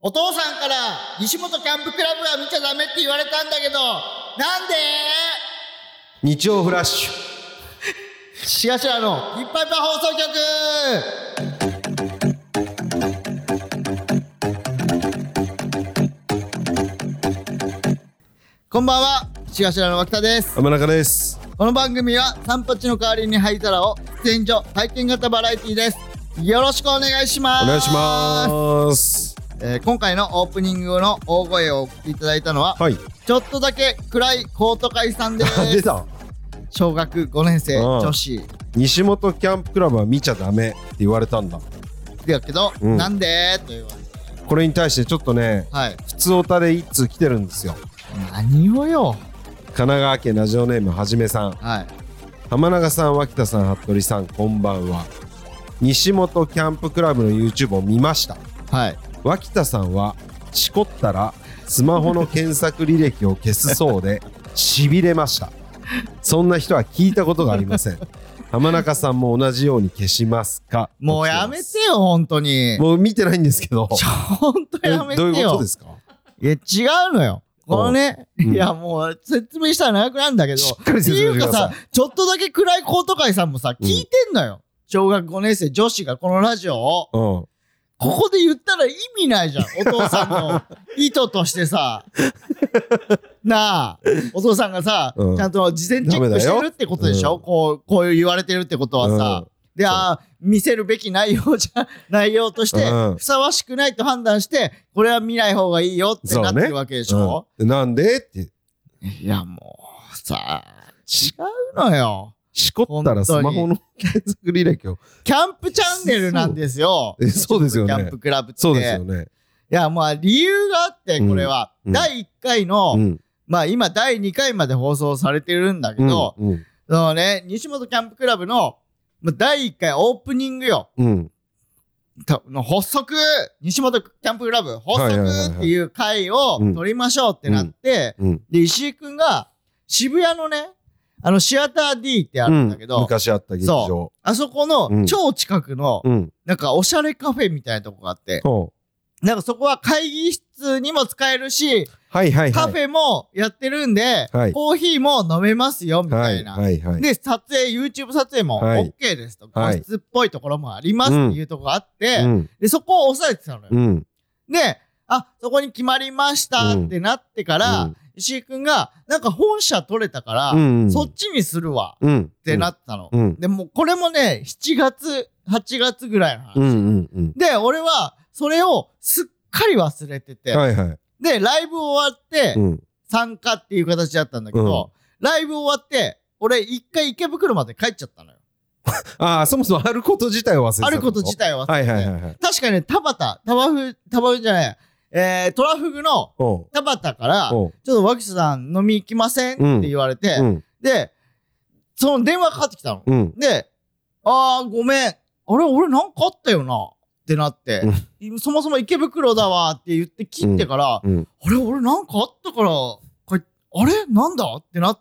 お父さんから西本キャンプクラブは見ちゃダメって言われたんだけど、なんで？ 日曜フラッシュしがしらのいっぱいぱ放送局。こんばんは、しがしらの脇田です。 浜中です。 この番組は散髪の代わりに灰皿を出演所体験型バラエティです。よろしくお願いします。 お願いします。 今回のオープニングの大声をお聞きいただいたのは、はい、ちょっとだけ暗いコート会さんです。 出た。 小学5年生女子。 西本キャンプクラブは見ちゃダメって言われたんだ。 だけど、なんでと言われて、 これに対してちょっとね、普通オタで一通来てるんですよ。 何をよ。 神奈川県ラジオネームはじめさん、浜中さん、脇田さん、服部さん、こんばんは。西本キャンプクラブの YouTube を見ました。脇田さんはしこったらスマホの検索履歴を消すそうでしびれました。そんな人は聞いたことがありません。浜中さんも同じように消しますか？ もうやめてよ、本当に。 もう見てないんですけど。 本当やめてよ。 どういうことですか？ いや違うのよ。このね、いやもう説明したら長くなるんだけど、 しっかり説明してください。 っていうかさ、ちょっとだけ暗いコート会さんもさ、聞いてんのよ。小学5年生女子がこのラジオを。ここで言ったら意味ないじゃん。お父さんの意図としてさ。なあ、お父さんがさ、ちゃんと事前チェックしてるってことでしょ、こういう言われてるってことはさ。で、見せるべき内容として、ふさわしくないと判断して、これは見ない方がいいよってなってるわけでしょ、 なんでって。 いや、もう、さ、違うのよ。 しこったらスマホの検索履歴を。 キャンプチャンネルなんですよ。 そうですよね。 キャンプクラブって。 そうですよね。 いや、まあ理由があって、これは。第1回の、まあ今第2回まで放送されてるんだけど、そのね、西本キャンプクラブの第1回オープニングよ。の発足、西本キャンプクラブ発足っていう回を撮りましょうってなって、で、石井くんが渋谷のね、シアター D ってあるんだけど、 昔あった劇場。 そう。あそこの超近くの、なんかおしゃれカフェみたいなとこがあって、なんかそこは会議室にも使えるし、カフェもやってるんで、コーヒーも飲めますよ、みたいな。で、YouTube 撮影も OK ですと。個室っぽいところもありますっていうところがあって、で、そこを押さえてたのよ。で、そこに決まりましたってなってから、石井くんが、なんか本社取れたから、そっちにするわ、ってなったの。で、もうこれもね、7月、8月ぐらいの話。で、俺は、それをすっかり忘れてて、で、ライブ終わって、参加っていう形だったんだけど、ライブ終わって、俺一回池袋まで帰っちゃったのよ。 そもそもあること自体を忘れてた。 あること自体を忘れて。確かにタバフじゃない。トラフグの田畑から、ちょっと脇さん飲み行きませんって言われて、で、その電話かかってきたの。で、ごめん。あれ、俺なんかあったよなってなって、そもそも池袋だわって言って切ってから、あれ、俺なんかあったから、あれなんだってなって、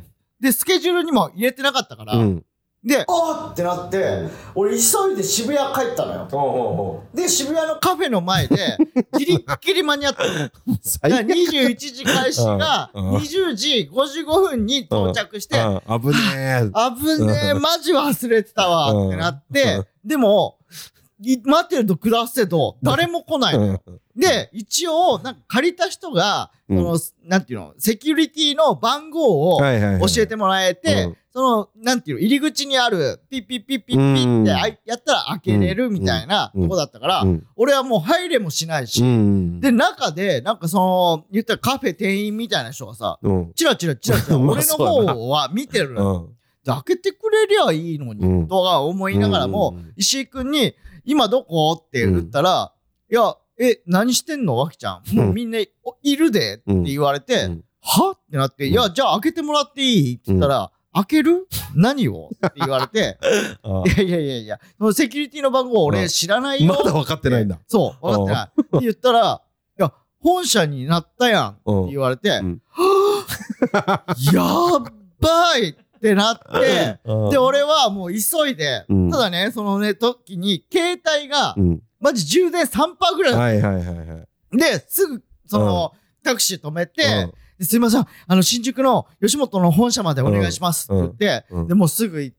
で、スケジュールにも入れてなかったから、で、ってなって、俺急いで渋谷帰ったのよ。で、渋谷のカフェの前で、ギリッギリ間に合ったの。21時開始が20時55分に到着して、 危ねえ、マジ忘れてたわってなって、でも、待ってると下せど、誰も来ないのよ。で、一応、なんか借りた人が、なんていうの、セキュリティの番号を教えてもらえて、なんていうの、入り口にある、ピッピッピッピッピッってやったら開けれるみたいなとこだったから、俺はもう入れもしないし、で、中で、なんか言ったらカフェ店員みたいな人がさ、チラチラ俺の方は見てるの。開けてくれりゃいいのに、とは思いながらも、石井くんに、今どこって言ったら、いや、何してんの脇ちゃん。もうみんないるでって言われて、はってなって、いや、じゃあ開けてもらっていいって言ったら、開ける何をって言われて、いや、そのセキュリティの番号俺知らないよ。 まだ分かってないんだ。 そう、分かってない。って言ったら、いや、本社になったやんって言われて、やばいってなって、で、俺はもう急いで、ただね、そのね、時に、携帯が、マジ充電 3% ぐらいだった。 で、すぐ、タクシー止めて、すいません、新宿の吉本の本社までお願いしますって言って、で、もうすぐ行って、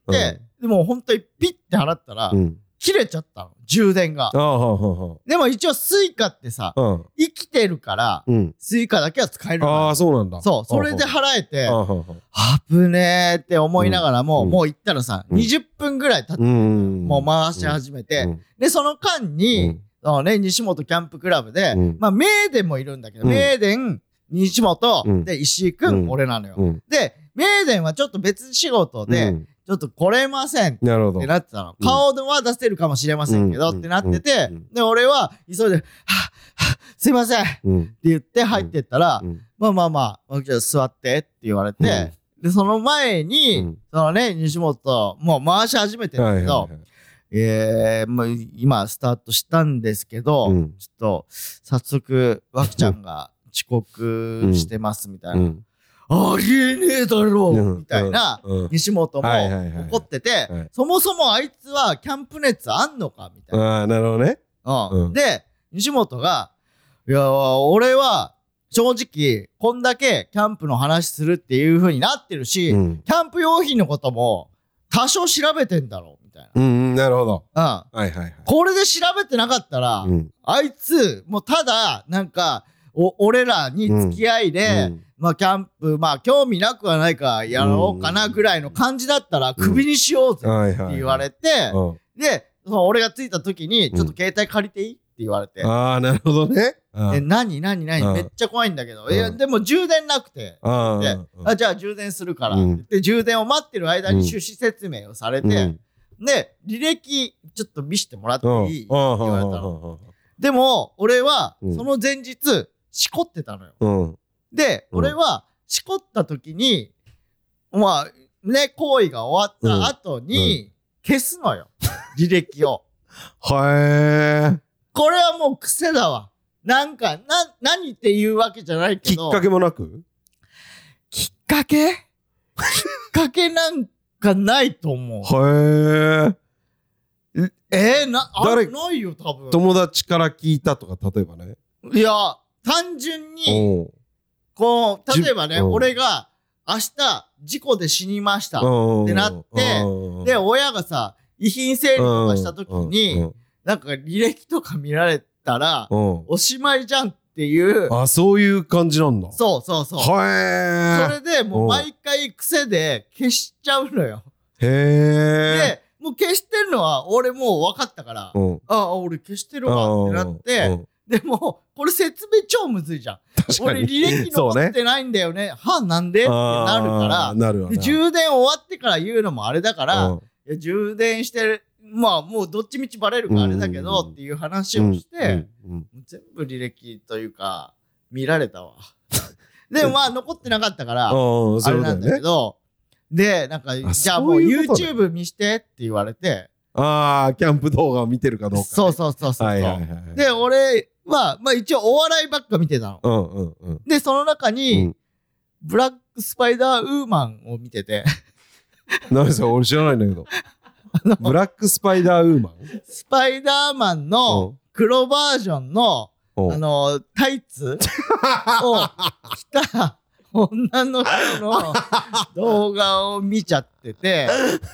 でも本当にピッて払ったら、切れちゃったの、充電が。でも一応スイカってさ、生きてるから、スイカだけは使えるの。 ああ、そうなんだ。 そう、それで払えて、危ねーって思いながらも、もう行ったらさ、20分ぐらい経って、もう回し始めて、で、その間に、西本キャンプクラブで、まあ、メーデンもいるんだけど、メーデン、西本、で、石井くん、俺なのよ。で、メーデンはちょっと別仕事で、ちょっと来れませんってなってたの。顔は出せるかもしれませんけどってなってて、で、俺は急いで、すいませんって言って入ってったら、まあ、じゃあ座ってって言われて、で、その前に、西本、もう回し始めてるんだけど、もう今スタートしたんですけど、ちょっと、早速、わきちゃんが遅刻してますみたいな。ありえねえだろみたいな、西本も怒ってて、そもそもあいつはキャンプ熱あんのかみたいな。 ああ、なるほどね。 で、西本が、いや、俺は、正直、こんだけキャンプの話するっていう風になってるし、キャンプ用品のことも多少調べてんだろうみたいな。 なるほど。 これで調べてなかったら、あいつ、もうただ、なんか、俺らに付き合いで、まあキャンプ、まあ興味なくはないからやろうかなぐらいの感じだったら、クビにしようぜって言われて、で、俺が着いた時に、ちょっと携帯借りていいって言われて。 ああ、なるほどね。 何めっちゃ怖いんだけど。いや、でも充電なくて。じゃあ充電するからって。充電を待ってる間に趣旨説明をされて、で、履歴ちょっと見せてもらっていいって言われたの。でも、俺は、その前日、しこってたのよ。で、俺は、しこった時に、まあ、ね、行為が終わった後に、消すのよ。履歴を。 へー。 これはもう癖だわ。なんか、何っていうわけじゃないけど。 きっかけもなく？ きっかけなんかないと思う。 へー。ないよ、多分。 友達から聞いたとか、例えばね。 いや、単純に、こう、例えばね、俺が明日事故で死にましたってなって、で、親がさ、遺品整理とかした時に、なんか履歴とか見られたら、おしまいじゃんっていう。 あ、そういう感じなんだ。 そう。それでもう毎回癖で消しちゃうのよ。で、もう消してるのは俺もう分かったから、俺消してるわってなって、でも、これ説明超むずいじゃん。俺履歴残ってないんだよね。なんでってなるから、充電終わってから言うのもあれだから、充電してる、まあもうどっちみちバレるからあれだけどっていう話をして、全部履歴というか、見られたわ。でもまあ残ってなかったから、あれなんだけど、で、なんか、じゃあもう YouTube 見してって言われて、 ああ、キャンプ動画を見てるかどうか。 そう。で、俺は、まあ一応お笑いばっか見てたの。で、その中に、ブラックスパイダーウーマンを見てて。 何それ俺知らないんだけど。ブラックスパイダーウーマン？ スパイダーマンの黒バージョンの、タイツを着た女の人の動画を見ちゃってて。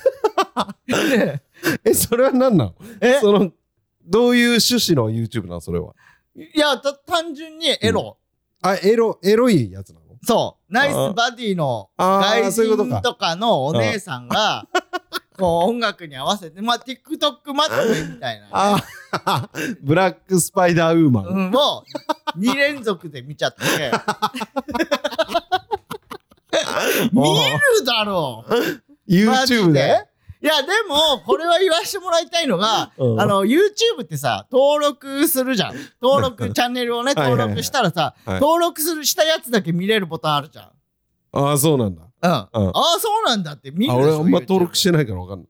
それは何なの？どういう趣旨の YouTube なのそれは？ いや、単純にエロ。 エロいやつなの？そう。 ナイスバディの外人とかのお姉さんが、こう音楽に合わせて、まあ、TikTok まとめみたいな、 ブラックスパイダーウーマン。 を2連続で見ちゃって。見るだろう YouTube で？ いや、でも、これは言わせてもらいたいのが、YouTube ってさ、登録するじゃん。チャンネルをね、登録したらさ、登録したやつだけ見れるボタンあるじゃん。 ああ、そうなんだ。 そうなんだって見るでしょ。 俺あんま登録してないから分かんない。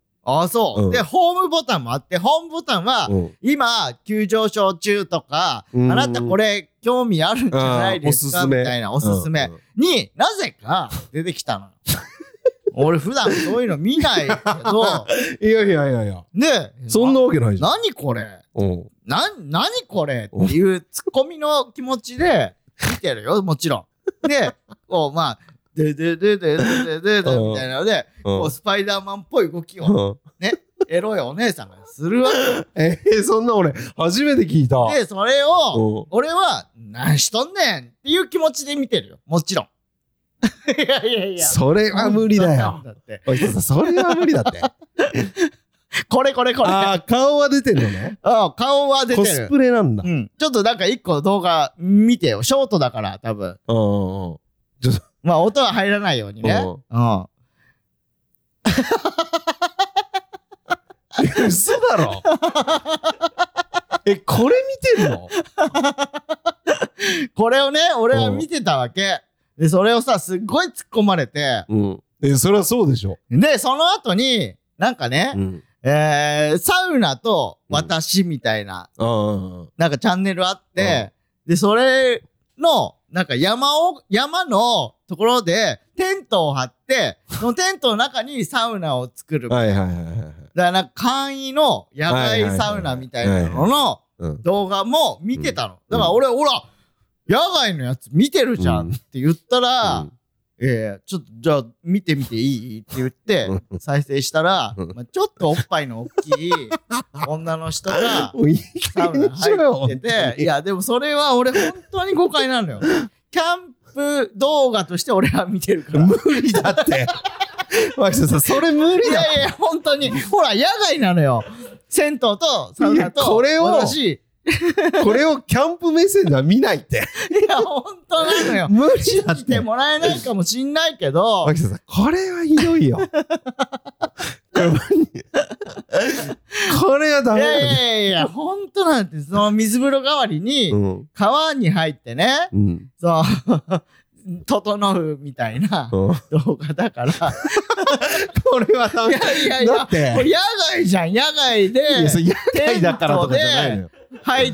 そう。で、ホームボタンもあって、ホームボタンは、今、急上昇中とか、あなたこれ興味あるんじゃないですかみたいなおすすめになぜか出てきたの。俺普段そういうの見ないけど。 いや。 ね、 そんなわけないじゃん。 何これ何これっていうツッコミの気持ちで見てるよ、もちろん。で、こう、まあ、でみたいなので、こうスパイダーマンっぽい動きを、ね、エロいお姉さんがするわけ。 そんな俺、初めて聞いた。 で、それを、俺は、何しとんねんっていう気持ちで見てるよ、もちろん。いや。 それは無理だよ。それは無理だって。 これ。 ああ、顔は出てるのね。 顔は出てる。 コスプレなんだ。 ちょっとなんか一個動画見てよ。ショートだから、多分。まあ、音は入らないようにね。 嘘だろ。これ見てるの？ これをね、俺は見てたわけ。で、それをさ、すっごい突っ込まれて。 それはそうでしょ。 で、その後に、なんかね、サウナと私みたいな、なんかチャンネルあって、で、それの、なんか山のところでテントを張って、そのテントの中にサウナを作る。だからなんか簡易の野外サウナみたいなのの動画も見てたの。だから俺、ほら、野外のやつ見てるじゃんって言ったら、ちょっとじゃあ見てみていいって言って再生したら、ちょっとおっぱいの大きい女の人がサウナ入ってて、いやでもそれは俺本当に誤解なのよ。キャンプ動画として俺は見てるから。 無理だって。マキさん、それ無理だって。 いや本当に。ほら、野外なのよ。銭湯とサウナと私。 これをキャンプ目線では見ないって。 いや、本当なのよ。 無理だって。信じてもらえないかもしんないけど。 マキさん、これはひどいよ。これはダメだね。 いや、本当なんて、その水風呂代わりに、川に入ってね、そう、整うみたいな動画だから。 これはダメ。 いや、これ野外じゃん、野外で。 いや、それ野外だからとかじゃないのよ。 入って、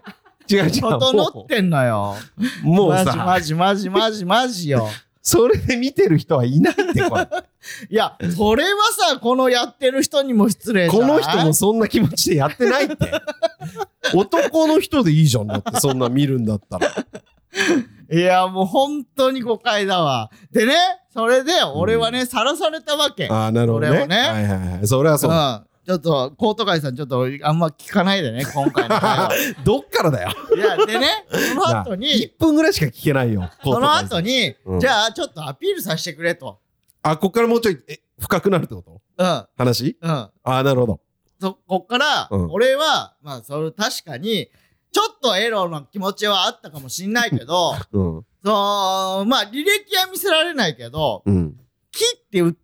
違う。 整ってんのよ。 もうさ。 マジよ。 それで見てる人はいないって、これ。 いや、それはさ、このやってる人にも失礼じゃない？ この人もそんな気持ちでやってないって。男の人でいいじゃん、だってそんな見るんだったら。 いや、もう本当に誤解だわ。でね、それで俺はね、さらされたわけ。 ああ、なるほどね。それをね。それはそう。 ちょっと、コートガイさん、ちょっとあんま聞かないでね、今回の会話。 どっからだよ。 いや、でね、その後に。 1分ぐらいしか聞けないよ。 その後に、じゃあ、ちょっとアピールさせてくれと。 あ、こっからもうちょい、深くなるってこと？話？ああ、なるほど。 こっから、俺は、まあ、それ確かに、ちょっとエロの気持ちはあったかもしんないけど、まあ、履歴は見せられないけど、切って打って、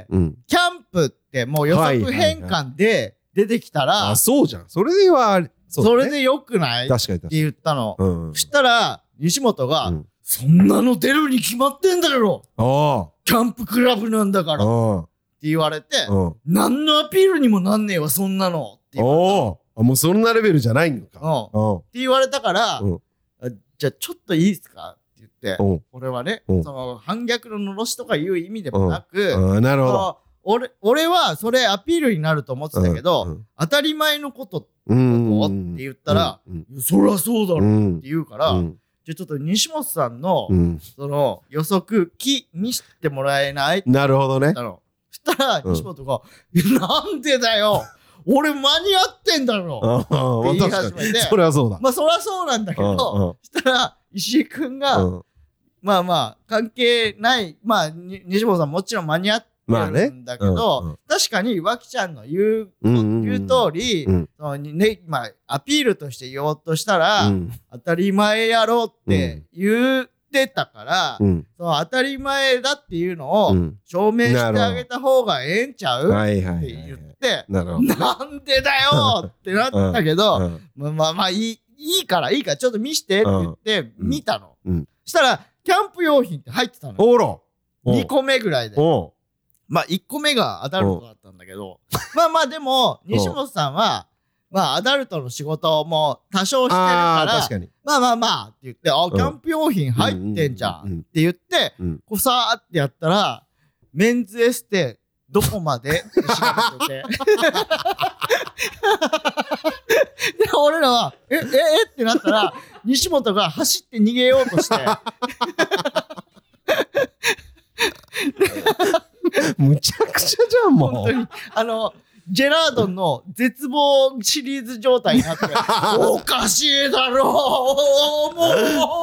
キャンプってもう予測変換で出てきたら、 あ、そうじゃん。それでは、 それでよくないって言ったの。そしたら、西本が、そんなの出るに決まってんだろ、キャンプクラブなんだからって言われて、何のアピールにもなんねえわ、そんなのって言われた。 もうそんなレベルじゃないのか。 って言われたから、じゃあちょっといいですかって言って、俺はね、その反逆ののろしとかいう意味でもなく、 なるほど。 俺はそれアピールになると思ってたけど、当たり前のことって言ったら、そりゃそうだろって言うから、じゃあちょっと西本さんの、その予測見せてもらえない？ なるほどね。 そしたら西本が、なんでだよ、俺間に合ってんだろって言い始めて、 それはそうだ。 まあそりゃそうなんだけど、そしたら石井くんが、まあまあ関係ない、まあ西本さんもちろん間に合ってるんだけど、確かに脇ちゃんの言う通り、まあアピールとして言おうとしたら、当たり前やろうって言ってたから、その当たり前だっていうのを証明してあげた方がええんちゃうって言って、なんでだよってなったけど、まあいいからちょっと見してって言って見たの。したらキャンプ用品って入ってたの。2個目ぐらいで。まあ1個目がアダルトだったんだけど、まあでも西本さんはまあアダルトの仕事も多少してるから、まあって言って、キャンプ用品入ってんじゃんって言って、こうさーってやったら、メンズエステどこまでって調べててで俺らはってなったら西本が走って逃げようとしてむちゃくちゃじゃんもう。 本当にジェラードンの絶望シリーズ状態になっておかしいだろうもうや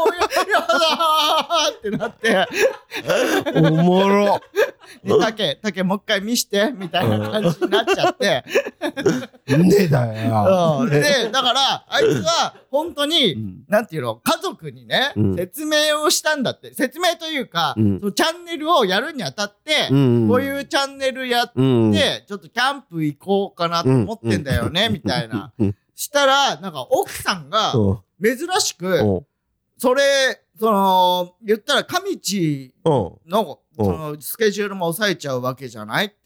だーってなっておもろで竹もう一回見してみたいな感じになっちゃってねだよ、 でだからあいつは本当に、なんていうの家族にね、説明をしたんだって説明というか、そのチャンネルをやるにあたって、こういうチャンネルやって、ちょっとキャンプ行こうかなと思ってんだよね、みたいなしたらなんか奥さんが珍しくそれ言ったら上地のそのスケジュールも抑えちゃうわけじゃないっていう、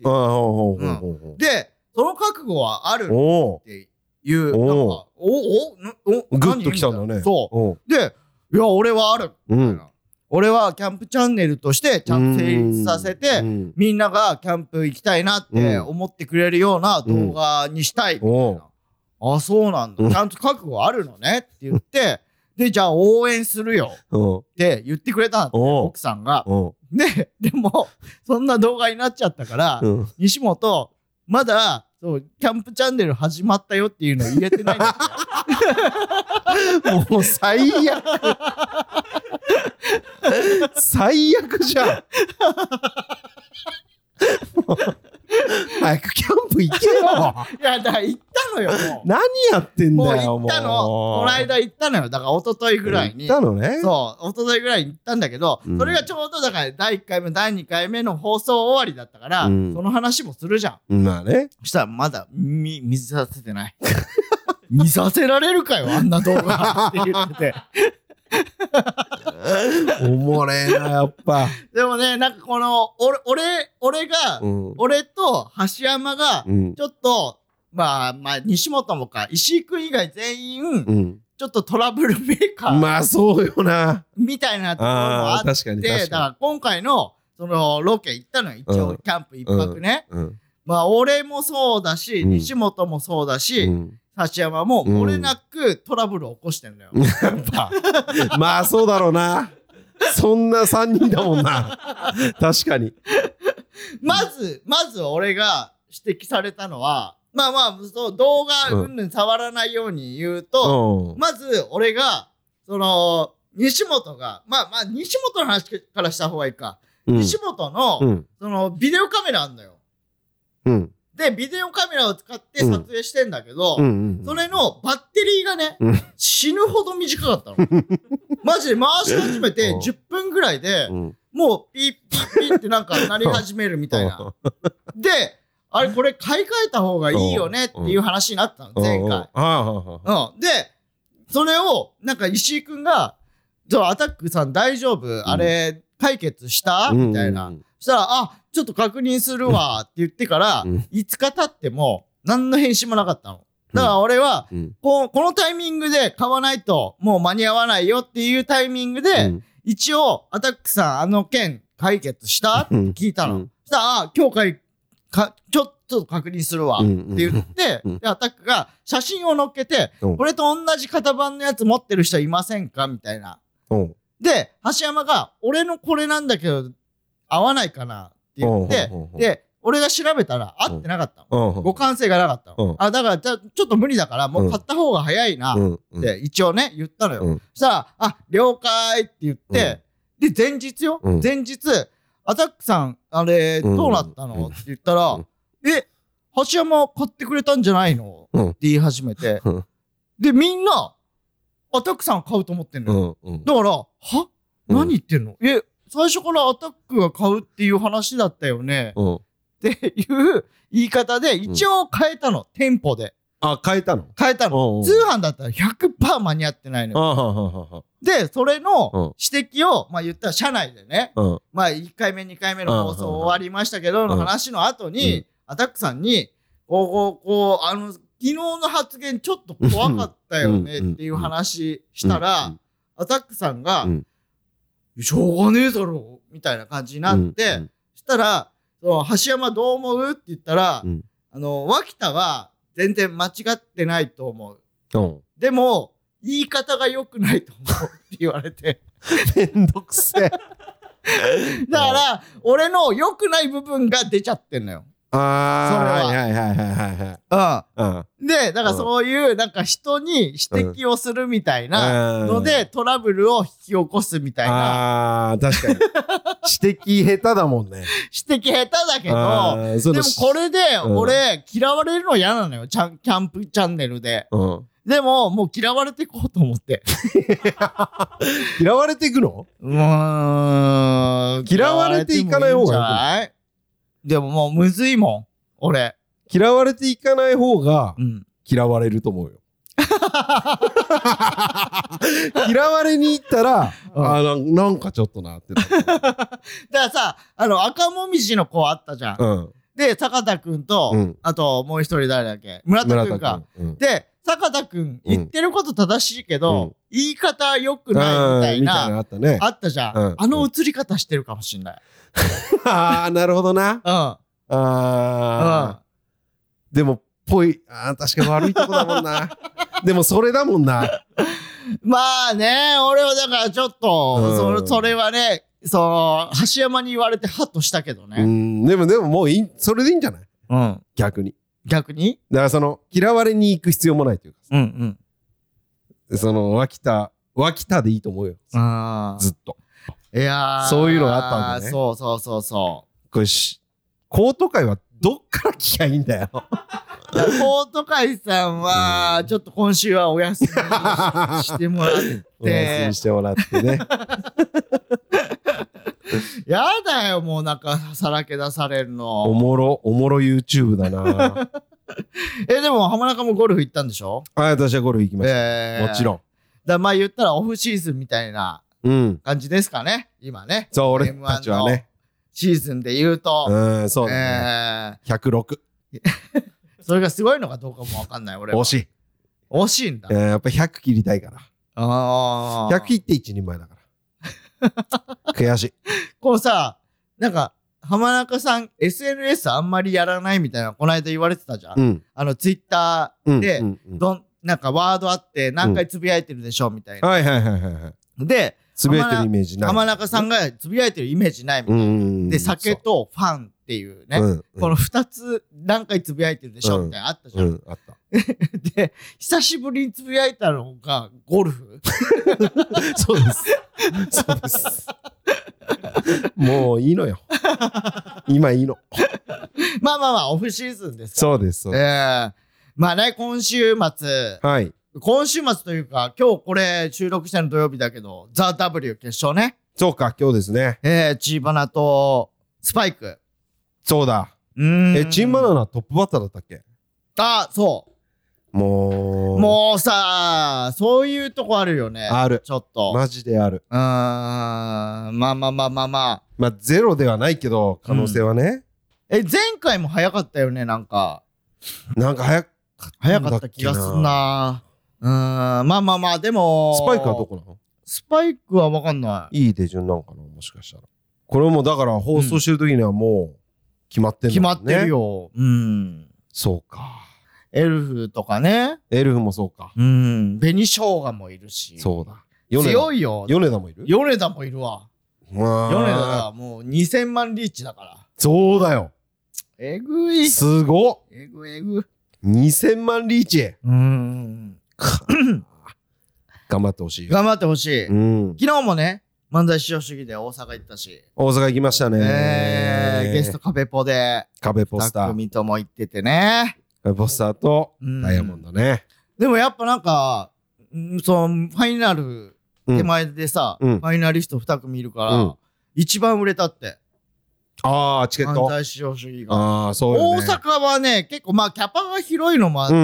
でその覚悟はあるっていうなんかグッときたんだね。 そうでいや俺はあるみたいな、俺はキャンプチャンネルとしてちゃんと成立させてみんながキャンプ行きたいなって思ってくれるような動画にしたいみたいな、あそうなんだちゃんと覚悟あるのねって言ってでじゃあ応援するよって言ってくれたんだって奥さんが。でもそんな動画になっちゃったから西本まだそうキャンプチャンネル始まったよっていうの言えてないんだってもう最悪最悪じゃん早くキャンプ行けよいやだから行ったのよもう何やってんだよもう行ったのこの間行ったのよだから一昨日ぐらいに行ったのねそう一昨日ぐらいに行ったんだけど、それがちょうどだから第1回目第2回目の放送終わりだったから、その話もするじゃんまあねそしたらまだ見させてない見させられるかよあんな動画って言ってておもれえなやっぱでもねなんかこの俺が、俺と橋山がちょっと、まあ西本もか石井君以外全員、ちょっとトラブルメーカーまあそうよなみたいなところもあって確かにだから今回のそのロケ行ったのよ一応キャンプ一泊ね、まあ俺もそうだし、西本もそうだし、橋山も漏れなくトラブルを起こしてんだよ、やっぱまあそうだろうなそんな3人だもんな確かにまず俺が指摘されたのはまあそう動画うんぬん触らないように言うと、まず俺がその西本がまあ西本の話からした方がいいか、西本の、そのビデオカメラあんのよ、でビデオカメラを使って撮影してんだけど、それのバッテリーがね、死ぬほど短かったのマジで回し始めて10分ぐらいで、もうピッピッピッってなんか鳴り始めるみたいなであれこれ買い替えた方がいいよねっていう話になったの前回。でそれをなんか石井くんがアタックさん大丈夫、あれ解決したみたいな、そしたらちょっと確認するわって言ってから、5日経っても何の返信もなかったの。だから俺は、このタイミングで買わないともう間に合わないよっていうタイミングで、一応アタックさん件解決したって聞いたの。そしたら今日ちょっと確認するわって言って、でアタックが写真を載っけて、これと同じ型番のやつ持ってる人いませんかみたいな。で橋山が俺のこれなんだけど合わないかなって言って、で俺が調べたら合ってなかったの、互換性がなかったの、だからちょっと無理だからもう買った方が早いなって一応ね言ったのよ、そしたら了解って言って、で前日アタックさんあれどうなったのって言ったら、橋山買ってくれたんじゃないのって言い始めて、でみんなアタックさん買うと思ってんのよ、だから何言ってんの、最初からアタックが買うっていう話だったよね、っていう言い方で一応変えたの、店舗で。 変えたの通販だったら 100% 間に合ってないのよ。でそれの指摘を言ったら社内でね、1回目2回目の放送終わりましたけどの話の後に、アタックさんに昨日の発言ちょっと怖かったよねっていう話したら、アタックさんがしょうがねえだろみたいな感じになって、そしたら橋山どう思うって言ったら、脇田は全然間違ってないと思う。 うん。 でも、言い方が良くないと思うって言われて。 めんどくせえ。 だから、俺の良くない部分が出ちゃってんのよ。 ああ、はいはいはいはいはい。 うん。で、だからそういう、なんか人に指摘をするみたいなので、トラブルを引き起こすみたいな。 ああ、確かに。指摘下手だもんね。 指摘下手だけど、でもこれで、俺、嫌われるの嫌なのよ。キャンプチャンネルで。でも、もう嫌われていこうと思って。 嫌われていくの？嫌われていかない方がいい。 でももうむずいもん、俺。 嫌われていかない方が嫌われると思うよ。嫌われに行ったら、なんかちょっとなってなる。 だからさ、赤もみじの子あったじゃん。で、坂田くんと、あともう一人誰だっけ？村田くんか。で、坂田くん言ってること正しいけど、言い方良くないみたいな、あったじゃん。映り方してるかもしんない。 ああ、なるほどな。でも、確かに悪いとこだもんな。でも、それだもんな。 まあね、俺はだからちょっと、それはね、橋山に言われてハッとしたけどね。 でももうそれでいいんじゃない？逆に。 逆に？ だから嫌われに行く必要もないというか。脇田でいいと思うよ。ずっと。 いやー。 そういうのがあったんだね。 そう。 これコート界はどっから来ゃいいんだよ。 コート界さんは、ちょっと今週はお休みしてもらって。 お休みしてもらってね。 やだよ、もうなんかさらけ出されるの。 おもろ YouTube だな。 でも浜中もゴルフ行ったんでしょ？ 私はゴルフ行きました。もちろん。 まあ言ったらオフシーズンみたいな感じですかね、今ね。 そう、俺たちはね。 シーズンで言うと。 そうだね。106。 それがすごいのかどうかもわかんない、俺は。惜しいんだ。 やっぱ100切りたいから。100切って一人前だから。悔しい。 こうさ、なんか、浜中さん SNS あんまりやらないみたいなこの間言われてたじゃん。ツイッターでなんかワードあって何回つぶやいてるでしょみたいな。で、 つぶやいてるイメージない。 浜中さんがつぶやいてるイメージないみたいな。で、酒とファンっていうね、この2つ何回つぶやいてるでしょみたいなあったじゃん。 あった。 で、久しぶりにつぶやいたのがゴルフ。 そうです。そうです。もういいのよ。今いいの。 まあ、オフシーズンです。 そうです。 まあね、今週末。 はい。 今週末というか、今日これ収録したの土曜日だけど、ザ・ W 決勝ね。 そうか、今日ですね。 チーバナとスパイク。 そうだ。チーバナナトップバッターだったっけ？ そう。もうさ、そういうとこあるよね。 ある。 ちょっと。 マジである。 まあ。 ゼロではないけど、可能性はね。 前回も早かったよね、なんか。 早かった気がすんな。まあ、でも。 スパイクはどこなの？ スパイクはわかんない。 いい手順なんかな、もしかしたら。これもだから放送してる時にはもう決まってんだもんね。 決まってるよ。 そうか。 エルフとかね。 エルフもそうか。 紅生姜もいるし。 そうだ。 強いよ。 米田もいる？ 米田もいるわ。米田はもう2000万リーチだから。 そうだよ。 えぐい。 すごっ。 えぐ。 2000万リーチ。頑張ってほしい。 頑張ってほしい。昨日もね、漫才師匠主義で大阪行ったし。 大阪行きましたね。 ゲスト壁ポで。 壁ポスター。 組とも行っててね。 壁ポスターとダイヤモンドね。 でもやっぱなんか、そのファイナル手前でさ、ファイナリスト2組いるから、一番売れたって。 チケット。 漫才師匠主義が。 そうよね。 大阪はね、結構まあキャパが広いのもあって、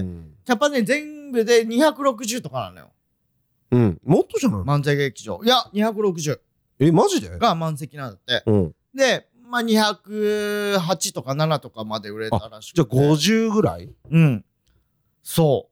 キャパね、全部で260とかなのよ。 もっとじゃない？ 漫才劇場。いや、260。 マジで？ が満席なんだって。で、まあ208とか7とかまで売れたらしくて。 じゃあ50ぐらい？ そう。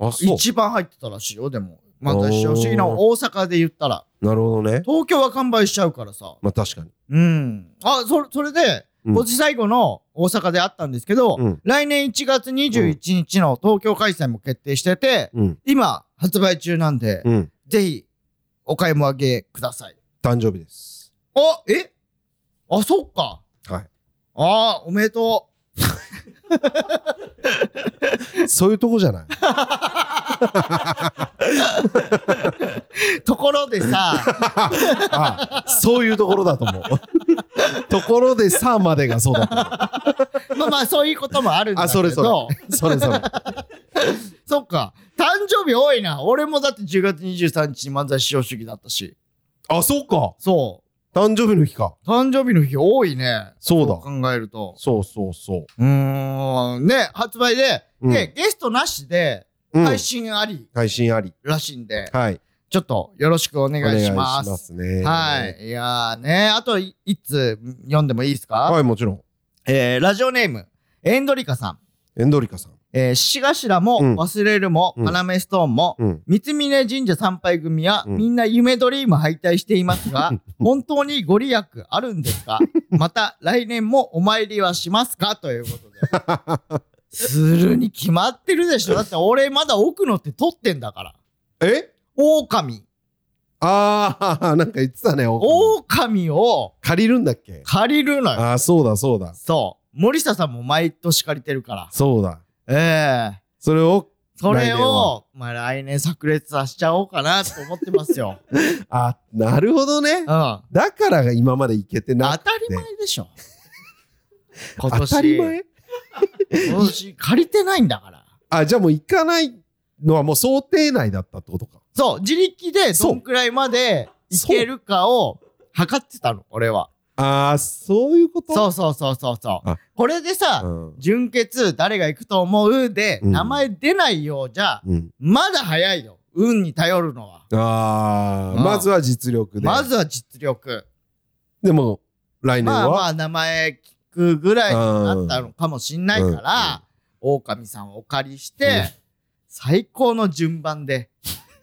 一番入ってたらしいよ、でも。漫才師匠主義の大阪で言ったら。 なるほどね。 東京は完売しちゃうからさ。 まあ確かに。 それで、 今年最後の大阪であったんですけど、来年1月21日の東京開催も決定してて、今発売中なんで、ぜひお買い上げください。 誕生日です。 そっか。 はい。 おめでとう。 そういうとこじゃない。 ところでさそういうところだと思う。ところでさまでがそうだと思う。 まあそういうこともあるんだけど。 それ。そっか。誕生日多いな。俺もだって10月23日に漫才師匠主義だったし。 そうか。 そう。 誕生日の日か。 誕生日の日多いね。 そうだ。 考えると。 そう。 ね、発売で、ゲストなしで、配信あり。らしいんで。 はい。 ちょっとよろしくお願いします。 お願いしますね。 はい。いやーね、あと一通読んでもいいですか？ はい、もちろん。 ラジオネーム、エンドリカさん。獅子頭も忘れるも、要ストーンも、三峯神社参拝組は、みんな夢ドリーム敗退していますが、本当にご利益あるんですか？また来年もお参りはしますか？ということで。するに決まってるでしょ。だって俺まだ奥野って取ってんだから。狼。 なんか言ってたね。 狼を借りるんだっけ？ 借りるのよ。 そうだ。 そう。森下さんも毎年借りてるから。 そうだ。それを、 来年炸裂させちゃおうかなと思ってますよ。 なるほどね。だから今まで行けてなくて。 当たり前でしょ。 当たり前？ 今年借りてないんだから。 じゃあもう行かないのはもう想定内だったってことか。 そう、自力でどんくらいまで行けるかを測ってたの、俺は。 そういうこと？ そう。これでさ、準決誰が行くと思うで、名前出ないようじゃ、まだ早いよ。運に頼るのは。 まずは実力で。でも、来年は名前聞くぐらいになったのかもしんないから、狼さんをお借りして、最高の順番で。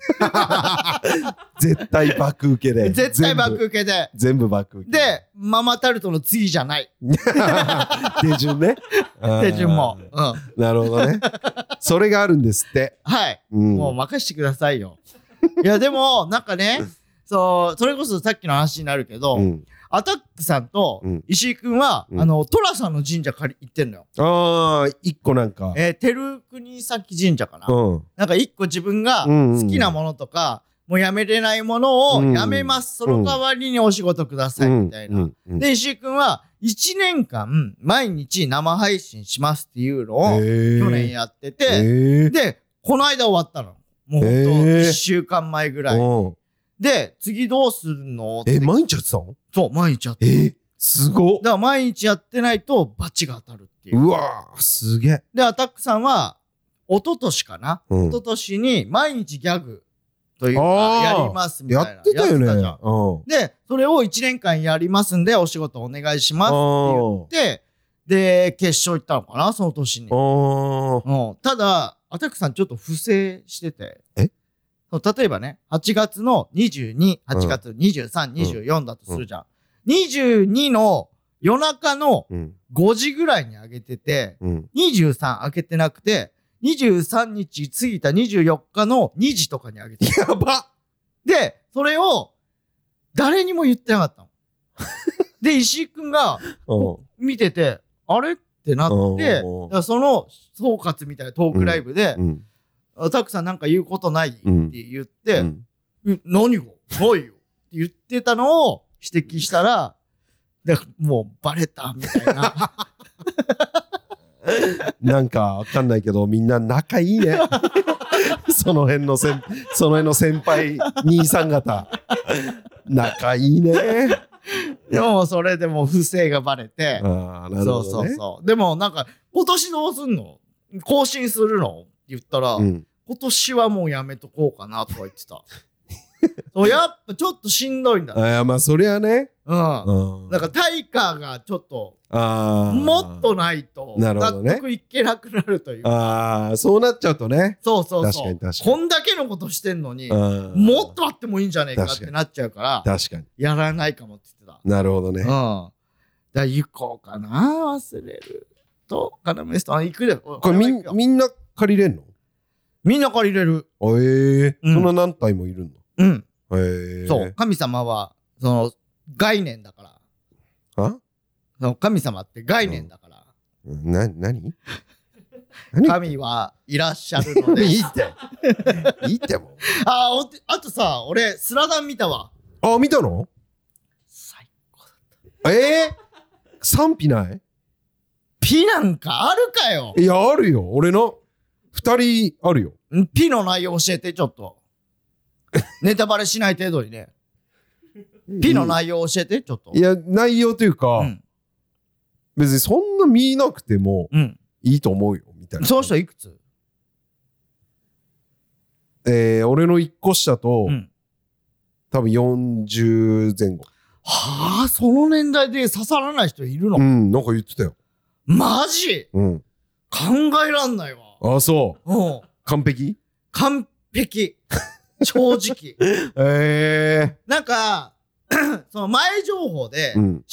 絶対爆受けで。全部爆受け。 で、ママタルトの次じゃない。 手順ね。 手順も。 なるほどね。それがあるんですって。 はい。もう任してくださいよ。いや、でも、なんかね、それこそさっきの話になるけど、アタックさんと石井くんは、トラさんの神社行ってんのよ。 一個なんか。 照国崎神社かな。なんか一個自分が好きなものとか、もうやめれないものをやめます。その代わりにお仕事ください、みたいな。で、石井くんは1年間毎日生配信しますっていうのを去年やってて、で、この間終わったの。もうほんと1週間前ぐらい。で、次どうするの？ 毎日やってたの？ そう、毎日やってた。 すごっ。 だから毎日やってないとバチが当たるっていう。 うわー、すげえ。 で、アタックさんは、一昨年かな？一昨年に毎日ギャグというか、やりますみたいな。 やってたよね。 で、それを1年間やりますんで、お仕事お願いしますって言って、で、決勝行ったのかな？その年に。ただ、アタックさんちょっと不正してて。例えばね、8月の22、8月23、24だとするじゃん。22の夜中の5時ぐらいに上げてて、23上げてなくて、23日過ぎた24日の2時とかに上げてやば！ で、それを誰にも言ってなかったの。で、石井くんが見てて、あれってなって、その総括みたいなトークライブで、タクさんなんか言うことないって言って、何がないよって言ってたのを指摘したら、もうバレたみたいな。 なんかわかんないけど、みんな仲いいね。その辺の先輩兄さん方。仲いいね。 でもそれでも不正がバレて。 なるほどね。 そう。でもなんか、今年どうすんの？更新するの？言ったら、今年はもうやめとこうかなとか言ってた。そうやっぱちょっとしんどいんだね。 まあそりゃね。 なんか対価がちょっともっとないと納得いけなくなるというか。 そうなっちゃうとね。 そう。 確かに。 こんだけのことしてんのにもっとあってもいいんじゃねえかってなっちゃうから。 確かに。 やらないかもって言ってた。 なるほどね。 じゃあ行こうかな。忘れるとカナメスト行くで。 これみんな借りれんの？ みんな借りれる。 そんな何体もいるの？ うん。そう、神様はその概念だから。その神様って概念だから。 何神はいらっしゃるので。 いいってもう。 あとさ、俺スラダン見たわ。 見たの？ 最高だった。賛否ない？ ピなんかあるかよ。 いや、あるよ。俺の2人あるよ。 ピの内容教えて、ちょっと。ネタバレしない程度にね。ピの内容教えて、ちょっと。 いや、内容というか、別にそんな見なくてもいいと思うよ、みたいな。 その人いくつ？ 俺の1個下と、多分40前後。 その年代で刺さらない人いるの？ なんか言ってたよ。 マジ？考えらんないわ。 そう。完璧？ 完璧。正直。なんか、その前情報で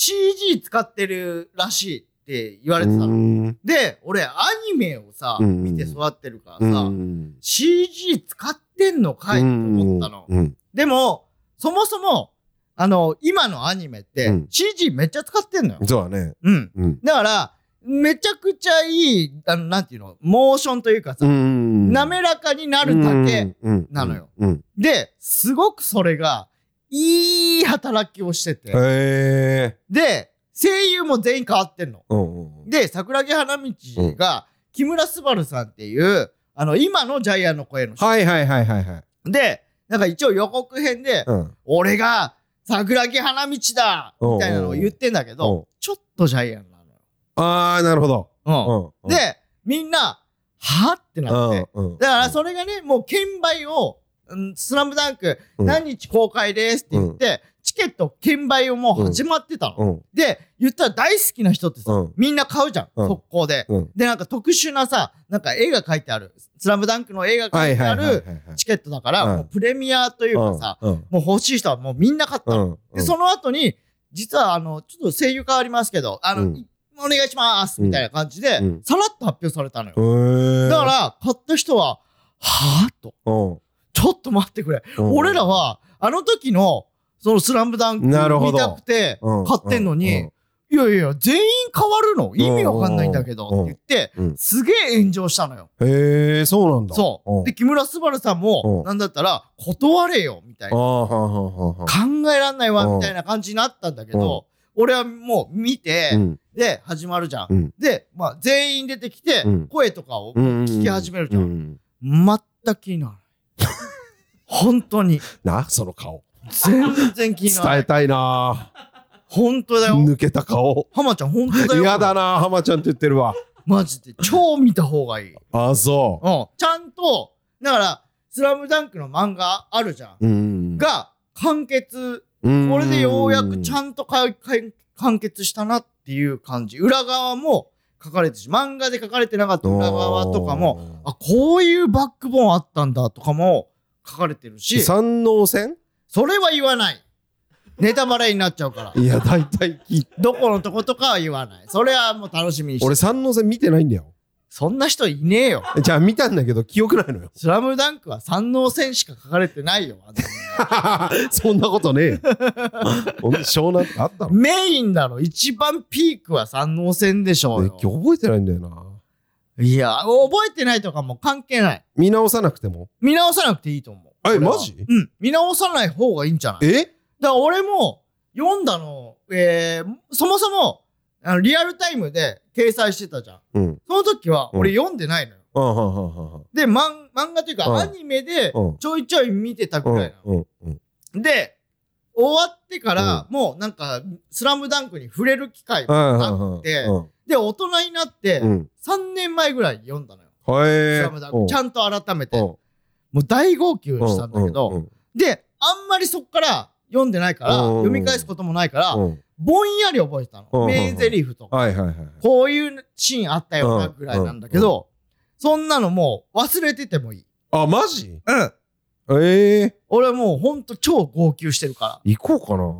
CG 使ってるらしいって言われてたの。で、俺アニメをさ、見て育ってるからさ、CG 使ってんのかいと思ったの。でも、そもそも、今のアニメって CG めっちゃ使ってんのよ。 そうだね。 だから、めちゃくちゃいい、なんていうの、モーションというかさ、滑らかになるだけなのよ。で、すごくそれが、いい働きをしてて。で、声優も全員変わってんの。で、桜木花道が、木村昴さんっていう、今のジャイアンの声の人。で、なんか一応予告編で、俺が桜木花道だみたいなのを言ってんだけど、ちょっとジャイアンなのよ。 なるほど。 で、みんな、はってなって。だからそれがね、もう券売を、スラムダンク何日公開ですって言って、チケット券売をもう始まってたの。で、言ったら大好きな人ってさ、みんな買うじゃん、速攻で。で、なんか特殊なさ、なんか絵が描いてある、スラムダンクの絵が描いてあるチケットだから、もうプレミアというかさ、もう欲しい人はもうみんな買ったの。で、その後に、実はちょっと声優変わりますけど、お願いしますみたいな感じで、さらっと発表されたのよ。だから、買った人は、はぁと。ちょっと待ってくれ。俺らは、あの時の、そのスラムダンク見たくて買ってんのに、いやいや、全員変わるの意味わかんないんだけどって言って、すげえ炎上したのよ。 そうなんだ。 そう。で、木村昴さんも、なんだったら、断れよ、みたいな。考えらんないわ、みたいな感じになったんだけど、俺はもう見て、で、始まるじゃん。で、まあ、全員出てきて、声とかを聞き始めるじゃん。全く気にならない。本当に。 その顔。 全然気にならない。 伝えたいな。 本当だよ。 抜けた顔。 浜ちゃん本当だよ。 嫌だな、浜ちゃんって言ってるわ。 マジで。超見た方がいい。 そう。 ちゃんと、だから、スラムダンクの漫画あるじゃん。が、完結。これでようやくちゃんと完結したなっていう感じ。裏側も書かれてるし、漫画で書かれてなかった裏側とかも、こういうバックボーンあったんだとかも書かれてるし。 山王線？ それは言わない。ネタバレになっちゃうから。 いや、大体どこのとことかは言わない。それはもう楽しみにして。 俺山王線見てないんだよ。 そんな人いねえよ。 じゃあ見たんだけど記憶ないのよ。 スラムダンクは山王線しか書かれてないよ。 そんなことねえよ。湘南ってあったの？ メインだろ。一番ピークは山王線でしょうよ。 覚えてないんだよな。 いや、覚えてないとかも関係ない。 見直さなくても？見直さなくていいと思う。 マジ？ 見直さない方がいいんじゃない？だから俺も読んだの、そもそもリアルタイムで掲載してたじゃん。その時は俺読んでないのよ。で、漫画というかアニメでちょいちょい見てたぐらいなの。で、終わってからもうなんかスラムダンクに触れる機会があって、で、大人になって3年前ぐらい読んだのよ。スラムダンク。ちゃんと改めて。もう大号泣したんだけど、で、あんまりそっから読んでないから、読み返すこともないから、ぼんやり覚えてたの。名台詞とか。こういうシーンあったよなぐらいなんだけど、そんなのもう忘れててもいい。 マジ？俺はもうほんと超号泣してるから。 行こうかな。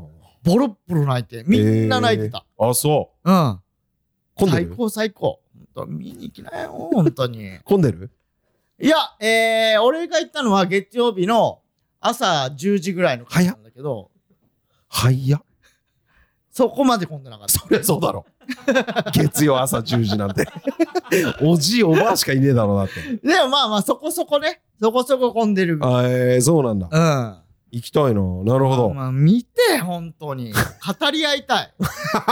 ボロッボロ泣いて、みんな泣いてた。 あ、そう。 うん。 混んでる？ 最高最高。見に行きなよ、本当に。 混んでる？ いや、俺が行ったのは月曜日の朝10時ぐらいの回なんだけど。 早っ。 そこまで混んでなかった。 そりゃそうだろ。月曜朝10時なんて。おじいおばあしかいねえだろうなって。 でもまあまあそこそこね。そこそこ混んでる。 そうなんだ。 うん。 行きたいな。なるほど。 まあ見て、本当に。語り合いたい。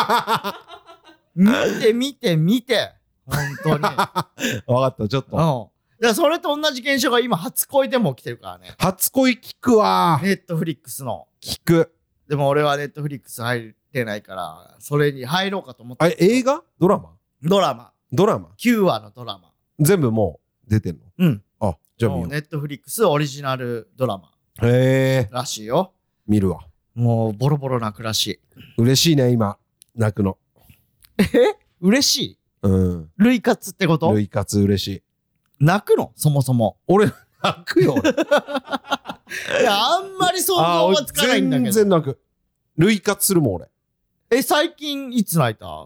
見て。本当に。 わかった、ちょっと。 うん。それと同じ現象が今、初恋でも起きてるからね。 初恋聞くわ。 ネットフリックスの。 聞く。 でも俺はネットフリックス入ってないから、それに入ろうかと思って。 映画？ドラマ？ ドラマ。 9 話のドラマ。 全部もう出てんの？ うん。 あ、じゃあ見よう。 ネットフリックスオリジナルドラマ。 へえ。 らしいよ。 見るわ。 もうボロボロ泣くらしい。 嬉しいね、今。泣くの。 嬉しい？うん。類活ってこと？ 類活嬉しい。 泣くの？そもそも。 俺、泣くよ。 いや、あんまり想像はつかないんだけど。 全然泣く。類活するもん、俺。 最近いつ泣いた？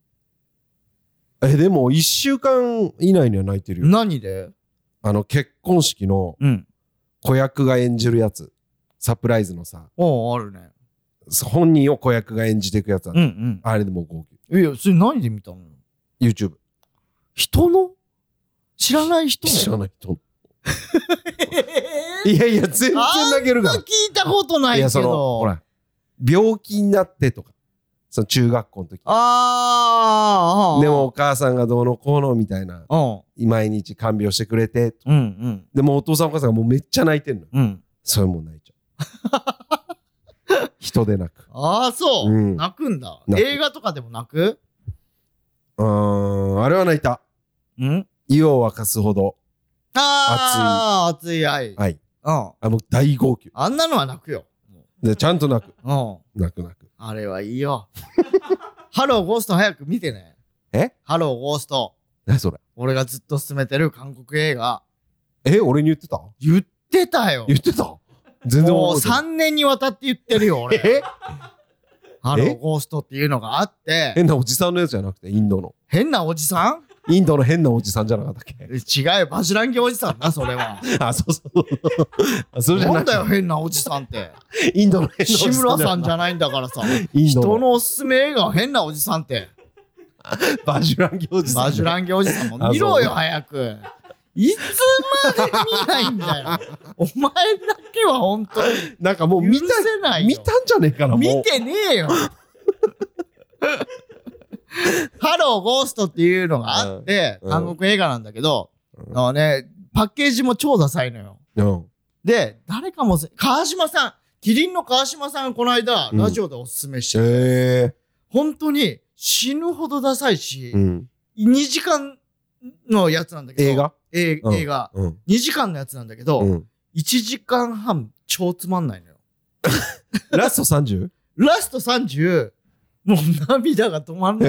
でも1週間以内には泣いてるよ。 何で？ 結婚式の子役が演じるやつ。サプライズのさ。 あるね。 本人を子役が演じていくやつだ、あれでもう号泣。 いや、それ何で見たの？ YouTube。 人の？知らない人？ 知らない人。いやいや、全然泣けるから。 あんま聞いたことないけど。 ほら、病気になってとか。その中学校の時。でもお母さんがどうのこうのみたいな。毎日看病してくれて。でもお父さんお母さんがもうめっちゃ泣いてんの。それも泣いちゃう。人で泣く。 ああ、そう。泣くんだ。映画とかでも泣く？ あれは泣いた。湯を沸かすほど。熱い愛。もう大号泣。 あんなのは泣くよ。 で、ちゃんと泣く。泣く。 あれはいいよ。ハローゴースト早く見てね。ハローゴースト。 何それ？ 俺がずっと勧めてる韓国映画。 俺に言ってた？ 言ってたよ。 言ってた？全然もう3年にわたって言ってるよ、俺。ハローゴーストっていうのがあって。 変なおじさんのやつじゃなくて、インドの。 変なおじさん？ インドの変なおじさんじゃなかったっけ？ 違うよ、バジュランギおじさんな、それは。 それじゃなんだよ、変なおじさんって。 インドの変なおじさん。 志村さんじゃないんだからさ。人のおすすめ映画は変なおじさんって。 バジュランギおじさん。 バジュランギおじさんも見ろよ、早く。いつまで見ないんだよ。お前だけは本当に。 なんかもう見たんじゃねえかな、もう。 見てねえよ。ハローゴーストっていうのがあって、韓国映画なんだけど、パッケージも超ダサいのよ。で、誰かも、川島さん、キリンの川島さんこの間、ラジオでおすすめしてて、本当に死ぬほどダサいし、2時間のやつなんだけど、映画、2時間のやつなんだけど、1時間半超つまんないのよ。 ラスト 30？ ラスト30、もう涙が止まんない。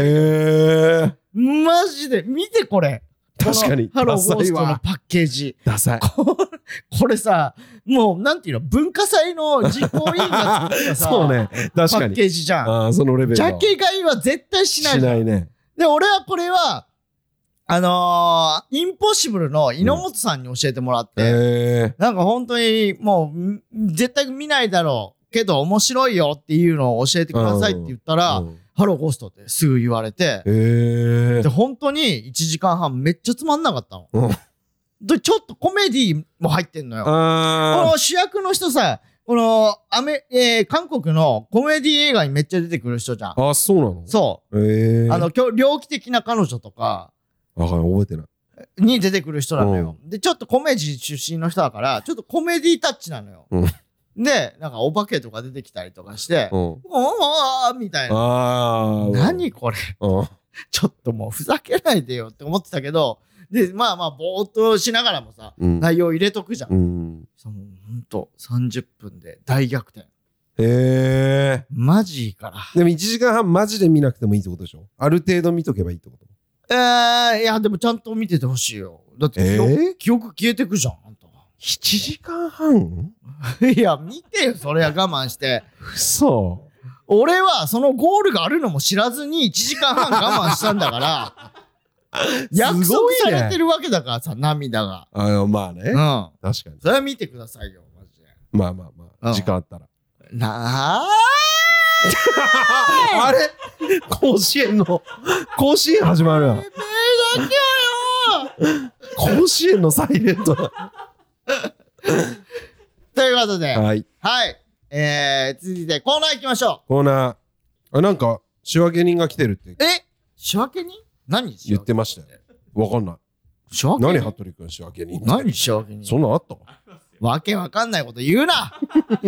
マジで、見てこれ。 確かに。 ハローゴーストのパッケージ。 ダサい。 これさ、もうなんていうの、文化祭の実行委員が作ったさ、 そうね、確かに。パッケージじゃん。 そのレベル。 ジャケ買いは絶対しないじゃん。 しないね。 で、俺はこれは、インポッシブルの猪本さんに教えてもらって、なんか本当にもう、絶対見ないだろうけど面白いよっていうのを教えてくださいって言ったら、ハローゴーストってすぐ言われて、で、本当に1時間半めっちゃつまんなかったの。で、ちょっとコメディも入ってんのよ。この主役の人さ、この、韓国のコメディ映画にめっちゃ出てくる人じゃん。 あ、そうなの？ そう。猟奇的な彼女とか、 覚えてない。 に出てくる人なのよ。で、ちょっとコメディ出身の人だから、ちょっとコメディタッチなのよ。で、なんかお化けとか出てきたりとかして、おーみたいな。何これ。ちょっともうふざけないでよって思ってたけど、で、まあまあ、ぼーっとしながらもさ、内容入れとくじゃん。ほんと、30分で大逆転。マジから。 でも1時間半マジで見なくてもいいってことでしょ？ある程度見とけばいいってこと？ いや、でもちゃんと見ててほしいよ。だって、記憶消えてくじゃん、あんた。 7時間半？ いや、見てよ、それは我慢して。 嘘。 俺はそのゴールがあるのも知らずに1時間半我慢したんだから約束されてるわけだからさ、涙が。 まあね、確かに。 それは見てくださいよマジで。 まあ時間あったらあれ甲子園始まるやん。甲子園のサイレントということで、 はい、 続いてコーナー行きましょう。 コーナー、なんか仕分け人が来てるって。 仕分け人？何言ってましたよ。わかんない。何服部君仕分け人？ 何仕分け人？ そんなんあった？ わけわかんないこと言うな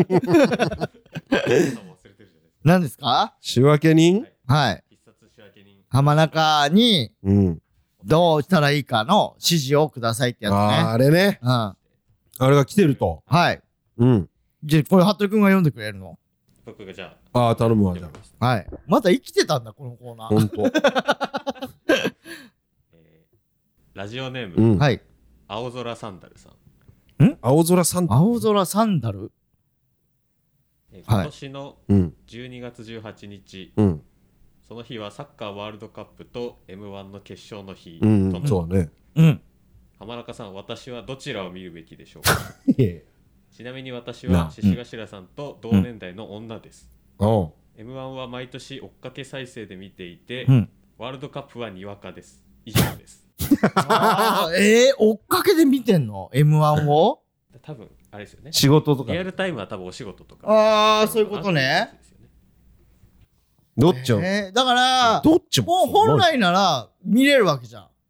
何ですか？ 仕分け人？ はい。浜中にどうしたらいいかの指示をくださいってやつね。 あれね。あれが来てると。 はい。じゃあこれ服部君が読んでくれるの？ 僕がじゃあ。頼むわじゃあ。はい。まだ生きてたんだこのコーナー。 本当。 ラジオネーム、 はい。 青空サンダルさん。 青空サンダル。 青空サンダル。 今年の12月18日、その日はサッカーワールドカップと M1 の決勝の日との。 そうね。 浜中さん、私はどちらを見るべきでしょうか？ちなみに私は獅子頭さんと同年代の女です。M1 は毎年追っかけ再生で見ていて、ワールドカップはにわかです。以上です。 追っかけで見てんの M1 を？ 多分あれですよね。 仕事とか。 リアルタイムは多分お仕事とか。 そういうことね。 どっちを？ だからどっちも本来なら見れるわけじゃん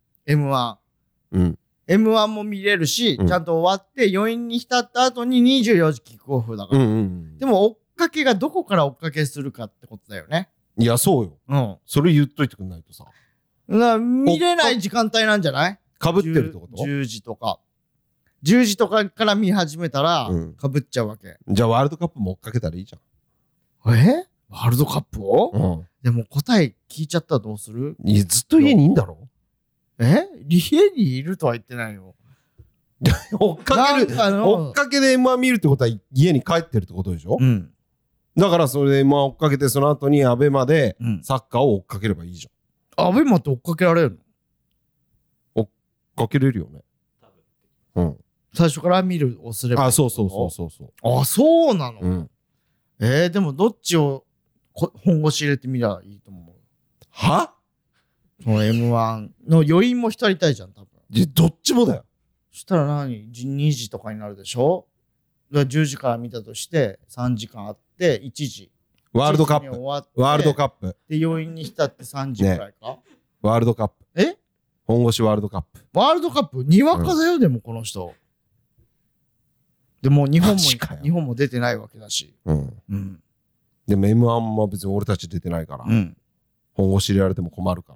M1。M1 も見れるし、ちゃんと終わって余韻に浸った後に24時キックオフだから。でも追っかけがどこから追っかけするかってことだよね。 いやそうよ。それ言っといてくんないとさ。 見れない時間帯なんじゃない？ かぶってるってこと？ 10時とか。10時とかから見始めたらかぶっちゃうわけ。 じゃあワールドカップも追っかけたらいいじゃん。 ワールドカップを？でも答え聞いちゃったらどうする？ ずっと家にいんだろ？ 家にいるとは言ってないよ。 追っかけで M1 見るってことは家に帰ってるってことでしょ？だからそれで M1 追っかけてその後にアベマでサッカーを追っかければいいじゃん。アベマって追っかけられるの？追っかけれるよね。 最初から見るをすればいい。 そう。 そうなの？でもどっちを本腰入れてみりゃいいと思う。 は？ その M1 の余韻も浸りたいじゃん多分。 どっちもだよ。 そしたら2時とかになるでしょ？だから10時から見たとして3時間あって1時。 ワールドカップ。ワールドカップ。 で余韻に浸って3時くらいか？ ワールドカップ。本腰ワールドカップ。 ワールドカップにわかだよ、でもこの人。でも日本も出てないわけだし。でも M1 も別に俺たち出てないから。本腰入れられても困るから。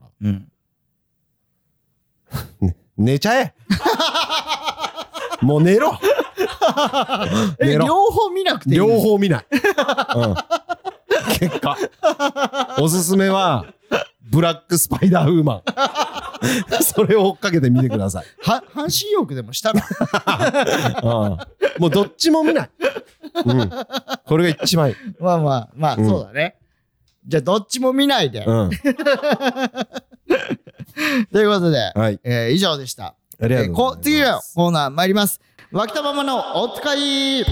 寝ちゃえもう寝ろ両方見なくていい？両方見ない。結果。おすすめは、ブラックスパイダーウーマン。それを追っかけてみてください。半身浴でもしたらもうどっちも見ない。これが一番いい。まあ、そうだね。じゃあどっちも見ないで。ということで、以上でした。ありがとうございます。次のコーナー参ります。脇田ママのおつかい。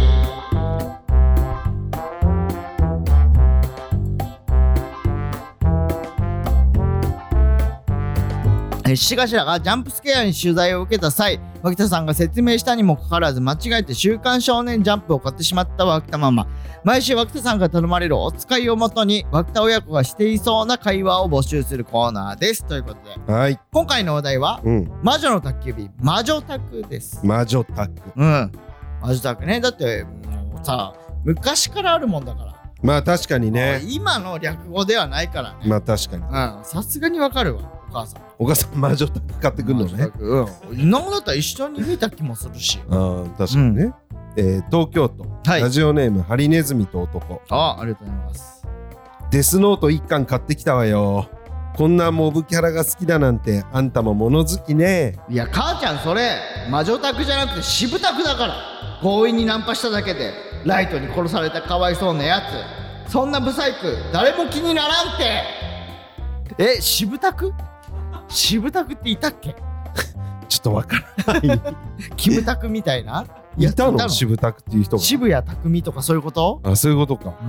獅子頭がジャンプスケアに取材を受けた際、脇田さんが説明したにもかかわらず間違えて週刊少年ジャンプを買ってしまった脇田ママ。毎週脇田さんが頼まれるお使いをもとに脇田親子がしていそうな会話を募集するコーナーです。ということで、今回のお題は、魔女の宅急便魔女宅です。魔女宅。魔女宅ね。だってもうさ、昔からあるもんだから。まあ確かにね。今の略語ではないからね。まあ確かに。さすがにわかるわ。お母さん魔女宅買ってくるのね。なんだったら一緒に見た気もするし。確かにね。東京都、ラジオネームハリネズミと男。ありがとうございます。デスノート1巻買ってきたわよ。こんなモブキャラが好きだなんて、あんたも物好きね。いや母ちゃん、それ魔女宅じゃなくて渋宅だから。強引にナンパしただけでライトに殺されたかわいそうなやつ。 そんなブサイク誰も気にならんて。渋タクっていたっけ？ ちょっとわからない。 キムタクみたいな。 いたの？渋タクっていう人が。 渋谷匠とかそういうこと？ あ、そういうことか。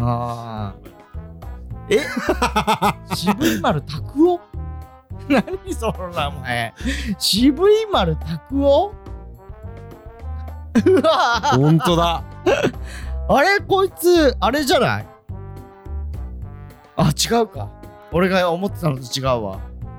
渋井丸拓夫？何その名前。渋井丸拓夫？うわー、 ほんとだ。 あれこいつあれじゃない？あ、違うか。俺が思ってたのと違うわ。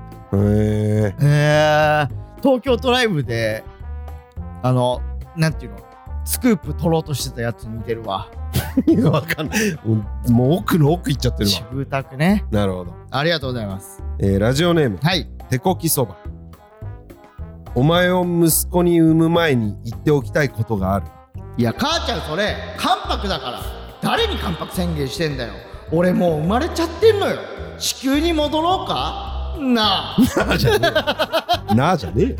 東京都ライブでなんていうの、スクープ取ろうとしてたやつに似てるわ。 わかんない。もう奥の奥行っちゃってるわ。 渋タクね。 なるほど。 ありがとうございます。 ラジオネーム、 はい、 手こきそば。お前を息子に産む前に言っておきたいことがある。 いや母ちゃん、それ関白だから。誰に関白宣言してんだよ。俺もう生まれちゃってんのよ。地球に戻ろうかなあ。 なあじゃねえ。なあじゃね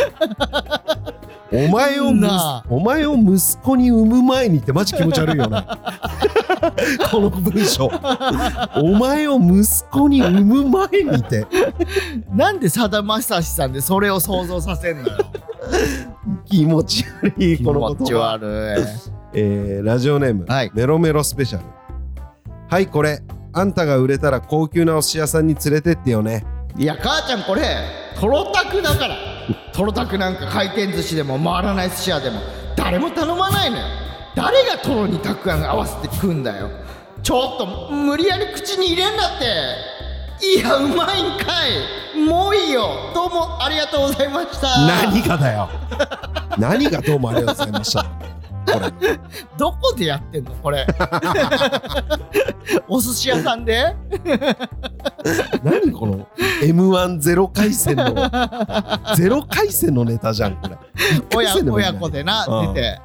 え。お前を息子に産む前にってマジ気持ち悪いよね。この文章。お前を息子に産む前にって。 なんでさだまさしさんでそれを想像させんのよ。 気持ち悪い、このこと。 気持ち悪い。ラジオネーム、はい、メロメロスペシャル。はい、これあんたが売れたら高級なお寿司屋さんに連れてってよね。 いや母ちゃん、これトロタクだから。トロタクなんか回転寿司でも回らない寿司屋でも誰も頼まないのよ。誰がトロにたくあん合わせて食うんだよ。ちょっと無理やり口に入れんなって。いや、うまいんかい。もういいよ。どうもありがとうございました。 何がだよ。何がどうもありがとうございました。これどこでやってんのこれ。お寿司屋さんで。 何この M1 ゼロ回戦のゼロ回戦のネタじゃんこれ。 親子でな出て。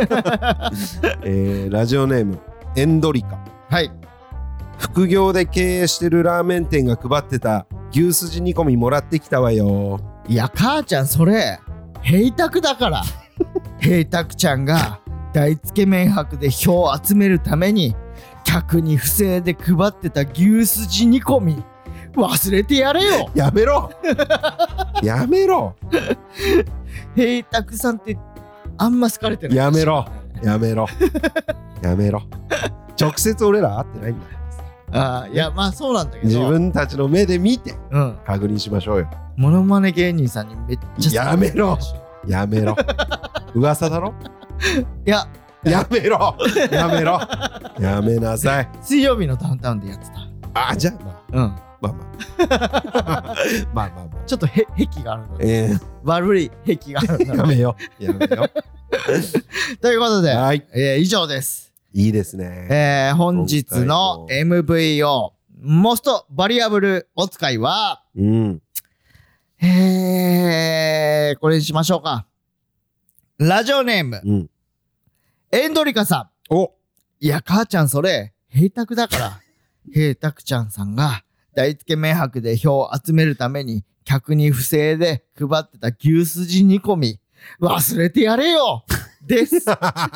ラジオネームエンドリカ。 はい。 副業で経営してるラーメン店が配ってた牛すじ煮込みもらってきたわよ。 いや母ちゃん、それ平卓だから。平卓ちゃんが大つけ麺博で票を集めるために客に不正で配ってた牛すじ煮込み忘れてやれよ。 やめろ。やめろ。 平卓さんってあんま好かれてない。 やめろ。やめろ。やめろ。直接俺ら会ってないんだよ。 あ、いやまあそうなんだけど、 自分たちの目で見て確認しましょうよ。 モノマネ芸人さんにめっちゃやめろ。やめろ。噂だろ。 いややめろ。やめろ。やめなさい。 水曜日のダウンタウンでやってた。 あ、じゃあまあちょっと癖があるので、悪い癖があるのでやめよう。やめよう。ということで、はい、以上です。 いいですね。 本日の MVO モストバリアブルお使いは、これにしましょうか。ラジオネーム、エンドリカさん。いや母ちゃん、それ平卓だから。平卓ちゃんさんが大つけ麺博で票を集めるために客に不正で配ってた牛すじ煮込み忘れてやれよです。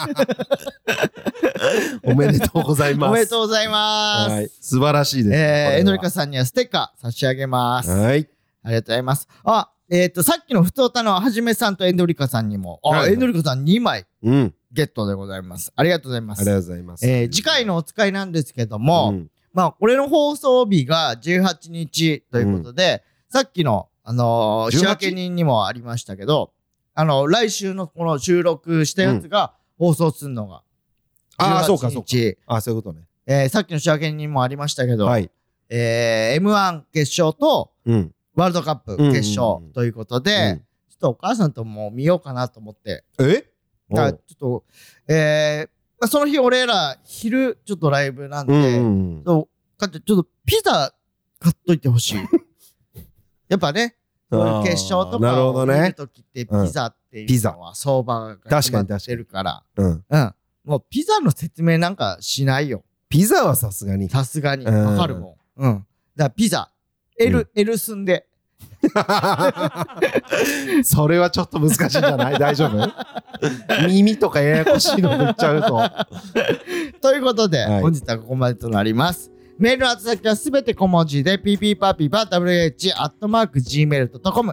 おめでとうございます。 おめでとうございます。 はい、素晴らしいです。 エンドリカさんにはステッカー差し上げます。 はい、 ありがとうございます。さっきのふつおたのはじめさんとエンドリカさんにも、エンドリカさん2枚ゲットでございます。ありがとうございます。 ありがとうございます。 次回のお使いなんですけども、まあこれの放送日が18日ということで、さっきの仕分け人にもありましたけど、来週のこの収録したやつが放送するのが18日。 そうかそうか。そういうことね。さっきの仕分け人にもありましたけど、M1 決勝とワールドカップ決勝ということで、ちょっとお母さんとも見ようかなと思って。ちょっと、その日俺ら昼ちょっとライブなんで、ちょっとピザ買っといてほしい。やっぱね、決勝とかを見るときってピザっていうのは相場が決まってるから、もうピザの説明なんかしないよ。 ピザはさすがに。 さすがに。わかるもん。だからピザ、L 寸で。 それはちょっと難しいんじゃない？大丈夫？耳とかややこしいの言っちゃうと。 ということで、本日はここまでとなります。メールの宛先はすべて小文字で pppapipa.wh@gmail.com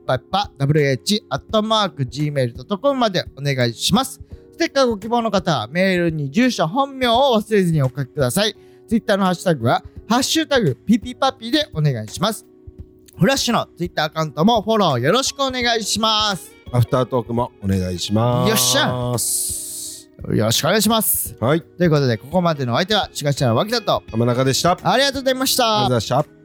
ppapapwh@gmail.com までお願いします。ステッカーご希望の方はメールに住所本名を忘れずにお書きください。ツイッターのハッシュタグはハッシュタグピピパピでお願いします。フラッシュのツイッターアカウントもフォローよろしくお願いします。 アフタートークもお願いします。 よっしゃ、よろしくお願いします。 はい、 ということでここまでのお相手はしがしらの脇田と浜中でした。 ありがとうございました。 ありがとうございました。